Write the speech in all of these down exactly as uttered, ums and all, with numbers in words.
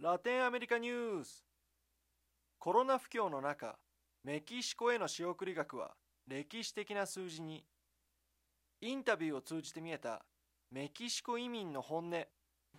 ラテンアメリカニュース。コロナ不況の中、メキシコへの仕送り額は歴史的な数字に。インタビューを通じて見えたメキシコ移民の本音。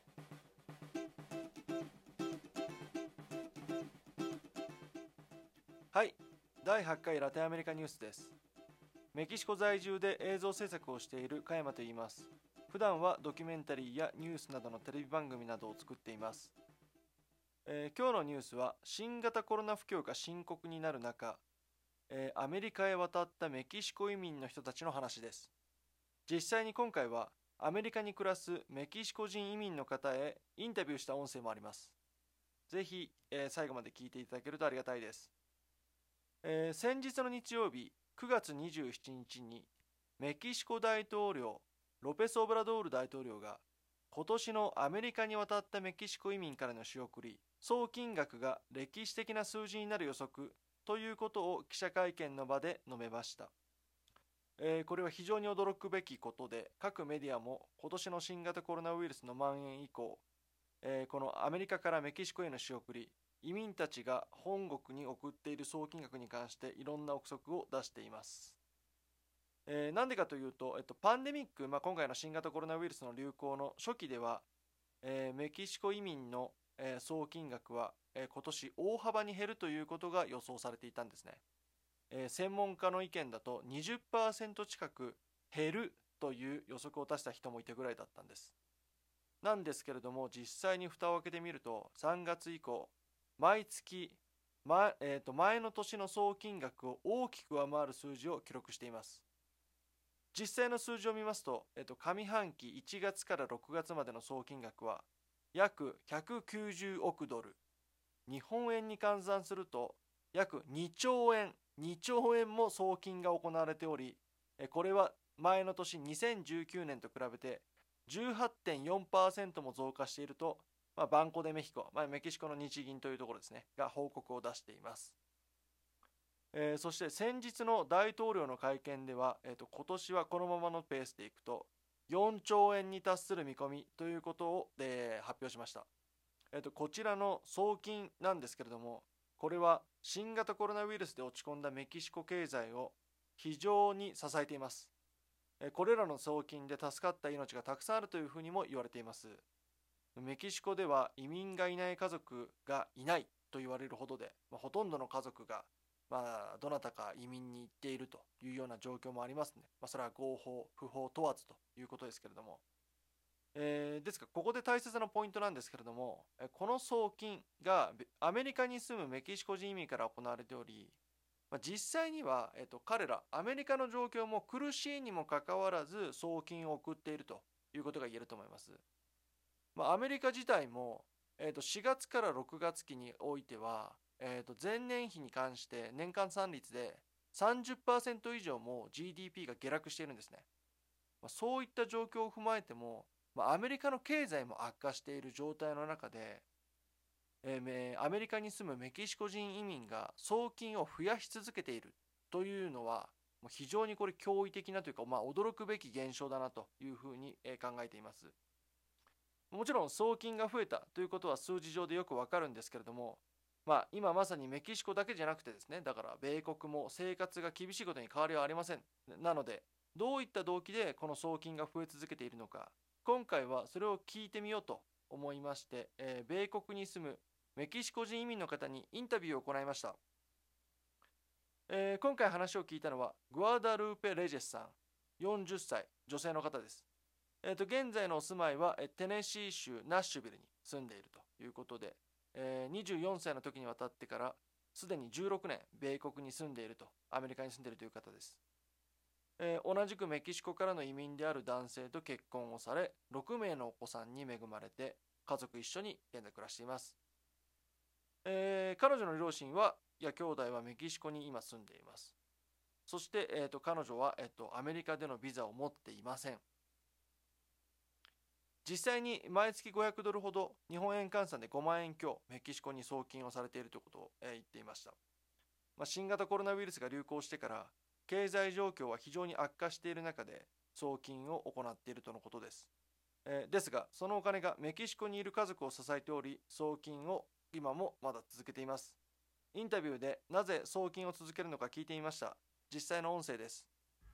はい、だいはちかいラテンアメリカニュースです。メキシコ在住で映像制作をしている加山と言います。普段はドキュメンタリーやニュースなどのテレビ番組などを作っています。えー今日のニュースは新型コロナ不況が深刻になる中、えーアメリカへ渡ったメキシコ移民の人たちの話です。実際に今回はアメリカに暮らすメキシコ人移民の方へインタビューした音声もあります。ぜひ、えー最後まで聞いていただけるとありがたいです。えー先日の日曜日くがつにじゅうしちにちにメキシコ大統領ロペス・オブラドール大統領が今年のアメリカに渡ったメキシコ移民からの仕送り総金額が歴史的な数字になる予測ということを記者会見の場で述べました。えーこれは非常に驚くべきことで、各メディアも今年の新型コロナウイルスの蔓延以降、えーこのアメリカからメキシコへの仕送り、移民たちが本国に送っている総金額に関していろんな憶測を出しています。えーなんでかというと、えっと、パンデミック、まあ、今回の新型コロナウイルスの流行の初期では、えーメキシコ移民の、えー総金額は、えー今年大幅に減るということが予想されていたんですね。えー専門家の意見だとにじゅっパーセント近く減るという予測を出した人もいたぐらいだったんです。なんですけれども、実際に蓋を開けてみると、さんがつ以降、毎月、前えーと前の年の総金額を大きく上回る数字を記録しています。実際の数字を見ますと、えっと、上半期いちがつからろくがつまでの総金額は約ひゃくきゅうじゅうおくドル、日本円に換算すると約にちょうえん、にちょうえんも送金が行われており、えこれは前の年にせんじゅうきゅうねんと比べて じゅうはちてんよんパーセント も増加していると、まあ、バンコ・デ・メヒコ、まあ、メキシコの日銀というところですね、が報告を出しています。えーそして先日の大統領の会見では、えーと、今年はこのままのペースでいくとよんちょうえんに達する見込みということを、えー発表しました。えーと、こちらの送金なんですけれども、これは新型コロナウイルスで落ち込んだメキシコ経済を非常に支えています。えーこれらの送金で助かった命がたくさんあるというふうにも言われています。メキシコでは移民がいない家族がいないと言われるほどで、まあ、ほとんどの家族が、まあ、どなたか移民に行っているというような状況もありますね。まあ、それは合法、不法問わずということですけれども。えーですが、ここで大切なポイントなんですけれども、えこの送金がべアメリカに住むメキシコ人移民から行われており、まあ、実際には、えっと、彼ら、アメリカの状況も苦しいにもかかわらず送金を送っているということが言えると思います。まあ、アメリカ自体も、えーとしがつからろくがつ期においては、えーと前年比に関して年間算率でさんじゅっパーセント以上も ジーディーピー が下落しているんですね。まあ、そういった状況を踏まえても、まあ、アメリカの経済も悪化している状態の中で、えーめアメリカに住むメキシコ人移民が送金を増やし続けているというのは、もう非常にこれ驚異的なというか、まあ、驚くべき現象だなというふうにえー考えています。もちろん送金が増えたということは数字上でよくわかるんですけれども、まあ、今まさにメキシコだけじゃなくてですね、だから米国も生活が厳しいことに変わりはありません。なので、どういった動機でこの送金が増え続けているのか、今回はそれを聞いてみようと思いまして、えー米国に住むメキシコ人移民の方にインタビューを行いました。えー今回話を聞いたのはグアダルーペ・レジェスさん、よんじゅっさい、女性の方です。えーと、現在のお住まいはえーテネシー州ナッシュビルに住んでいるということで、えーにじゅうよんさいの時に渡ってからすでにじゅうろくねん米国に住んでいると、アメリカに住んでいるという方です。えー同じくメキシコからの移民である男性と結婚をされ、ろくめいのお子さんに恵まれて、家族一緒に現在暮らしています。えー彼女の両親は、いや兄弟はメキシコに今住んでいます。そして、えーと彼女は、えーとアメリカでのビザを持っていません。実際に毎月ごひゃくドルほど、日本円換算でごまんえん強メキシコに送金をされているということを、えー言っていました。まあ、新型コロナウイルスが流行してから経済状況は非常に悪化している中で送金を行っているとのことです。 えーですが、そのお金がメキシコにいる家族を支えており、送金を今もまだ続けています。インタビューでなぜ送金を続けるのか聞いてみました。実際の音声です。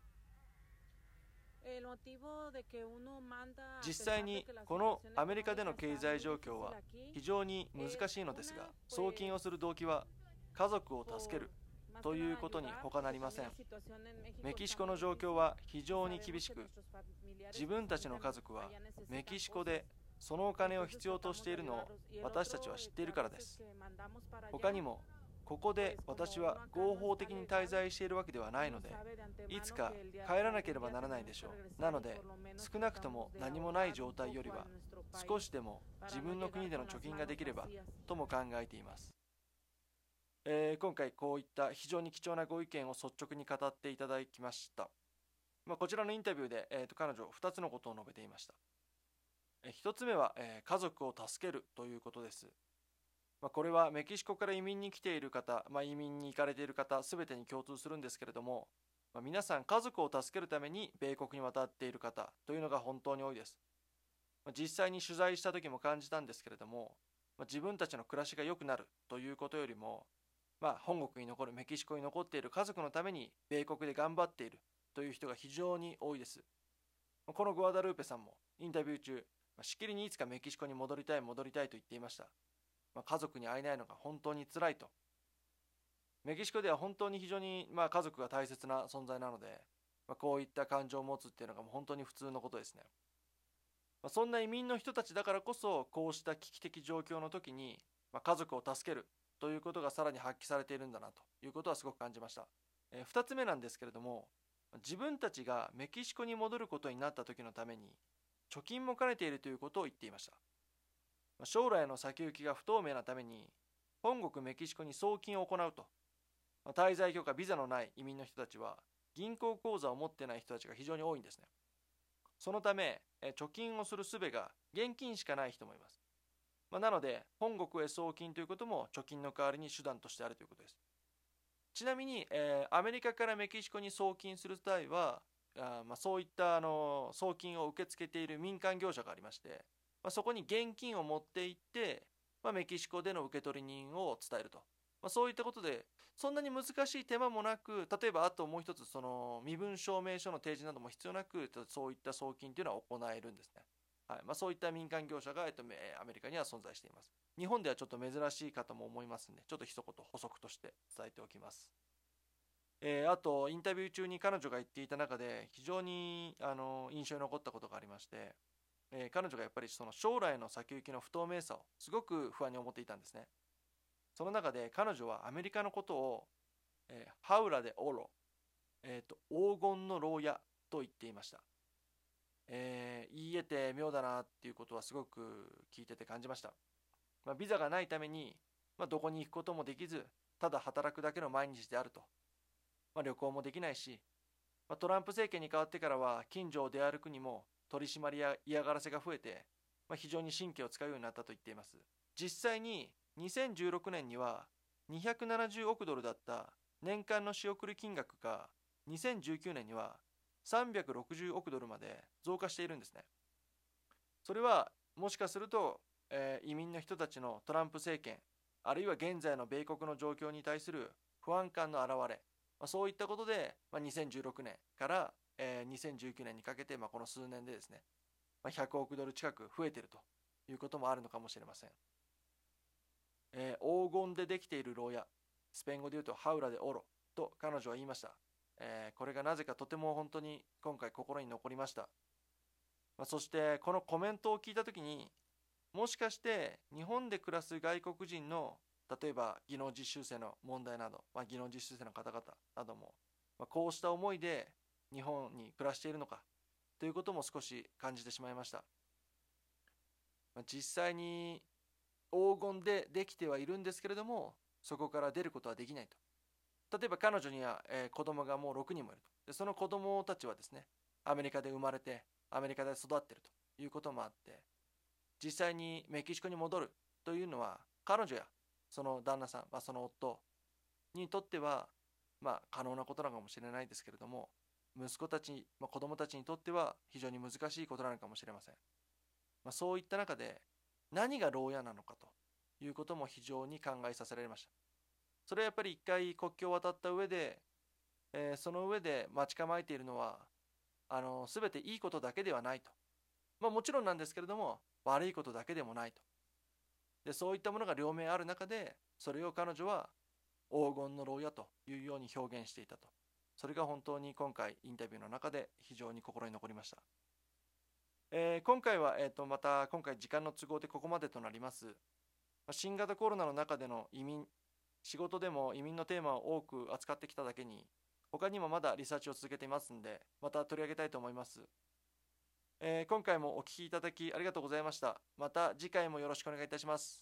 実際にこのアメリカでの経済状況は非常に難しいのですが、送金をする動機は家族を助けるということに他なりません。メキシコの状況は非常に厳しく、自分たちの家族はメキシコでそのお金を必要としているのを私たちは知っているからです。他にも、ここで私は合法的に滞在しているわけではないので、いつか帰らなければならないでしょう。なので、少なくとも何もない状態よりは、少しでも自分の国での貯金ができればとも考えています。えー今回こういった非常に貴重なご意見を率直に語っていただきました。まあ、こちらのインタビューで、えーと彼女ふたつのことを述べていました。えーひとつめは、えー家族を助けるということです。まあ、これはメキシコから移民に来ている方、まあ、移民に行かれている方、すべてに共通するんですけれども、まあ、皆さん家族を助けるために米国に渡っている方というのが本当に多いです。まあ、実際に取材した時も感じたんですけれども、まあ、自分たちの暮らしが良くなるということよりも、まあ、本国に残るメキシコに残っている家族のために米国で頑張っているという人が非常に多いです。まあこのグアダルーペさんもインタビュー中、まあしきりにいつかメキシコに戻りたい戻りたいと言っていました。まあ、家族に会えないのが本当に辛いと。メキシコでは本当に非常に、まあ、家族が大切な存在なので、まあ、こういった感情を持つっていうのがもう本当に普通のことですね。まあ、そんな移民の人たちだからこそ、こうした危機的状況の時に、まあ、家族を助けるということがさらに発揮されているんだなということはすごく感じました。えー、ふたつめなんですけれども、自分たちがメキシコに戻ることになった時のために貯金も兼ねているということを言っていました。まあ将来の先行きが不透明なために本国メキシコに送金を行うと。まあ滞在許可、ビザのない移民の人たちは銀行口座を持っていない人たちが非常に多いんですね。そのため、え貯金をする術が現金しかない人もいます。まあ、なので、本国へ送金ということも貯金の代わりに手段としてあるということです。ちなみに、えーアメリカからメキシコに送金する際は、あーまあ、そういったあの送金を受け付けている民間業者がありまして、まあ、そこに現金を持って行って、まあ、メキシコでの受取人を伝えると。まあ、そういったことで、そんなに難しい手間もなく、例えばあともう一つ、その身分証明書の提示なども必要なく、そういった送金というのは行えるんですね。はいまあ、そういった民間業者が、えっと、アメリカには存在しています。日本ではちょっと珍しいかとも思いますので、ちょっと一言補足として伝えておきます。えーあと、インタビュー中に彼女が言っていた中で、非常にあの印象に残ったことがありまして、えー彼女がやっぱりその将来の先行きの不透明さをすごく不安に思っていたんですね。その中で彼女はアメリカのことを、えーハウラでオロ、えーと、黄金の牢屋と言っていました。えー言い得て妙だなっていうことはすごく聞いてて感じました。まあ、ビザがないために、まあ、どこに行くこともできず、ただ働くだけの毎日であると。まあ、旅行もできないし、まあ、トランプ政権に変わってからは近所を出歩くにも取り締まりや嫌がらせが増えて、まあ、非常に神経を使うようになったと言っています。実際ににせんじゅうろくねんにはにひゃくななじゅうおくドルだった年間の仕送り金額がにせんじゅうきゅうねんにはさんびゃくろくじゅうおくドルまで増加しているんですね。それはもしかすると、えー移民の人たちのトランプ政権、あるいは現在の米国の状況に対する不安感の表れ、まあ、そういったことで、まあ、にせんじゅうろくねんから、えーにせんじゅうきゅうねんにかけて、まあ、この数年でですね、まあ、ひゃくおくドル近く増えているということもあるのかもしれません。えー黄金でできている牢屋、スペイン語で言うとハウラでオロと彼女は言いました。えーこれがなぜかとても本当に今回心に残りました。まあ、そしてこのコメントを聞いたときに、もしかして日本で暮らす外国人の例えば技能実習生の問題など、まあ、技能実習生の方々なども、まあ、こうした思いで日本に暮らしているのかということも少し感じてしまいました。まあ、実際に黄金でできてはいるんですけれども、そこから出ることはできないと。例えば彼女には、えー子供がもうろくにんもいると。でその子供たちはですね、アメリカで生まれてアメリカで育っているということもあって、実際にメキシコに戻るというのは彼女やその旦那さん、まあ、その夫にとっては、まあ、可能なことなのかもしれないですけれども、息子たち、まあ、子供たちにとっては非常に難しいことなのかもしれません。 まあ、そういった中で何が牢屋なのかということも非常に考えさせられました。それはやっぱり一回国境を渡った上で、えーその上で待ち構えているのはあの全ていいことだけではないと。まあ、もちろんなんですけれども悪いことだけでもないと。でそういったものが両面ある中で、それを彼女は黄金の牢屋というように表現していたと。それが本当に今回インタビューの中で非常に心に残りました。えー今回は、えーとまた今回時間の都合でここまでとなります。まあ新型コロナの中での移民、仕事でも移民のテーマを多く扱ってきただけに、他にもまだリサーチを続けていますので、また取り上げたいと思います。えー今回もお聞きいただきありがとうございました。また次回もよろしくお願いいたします。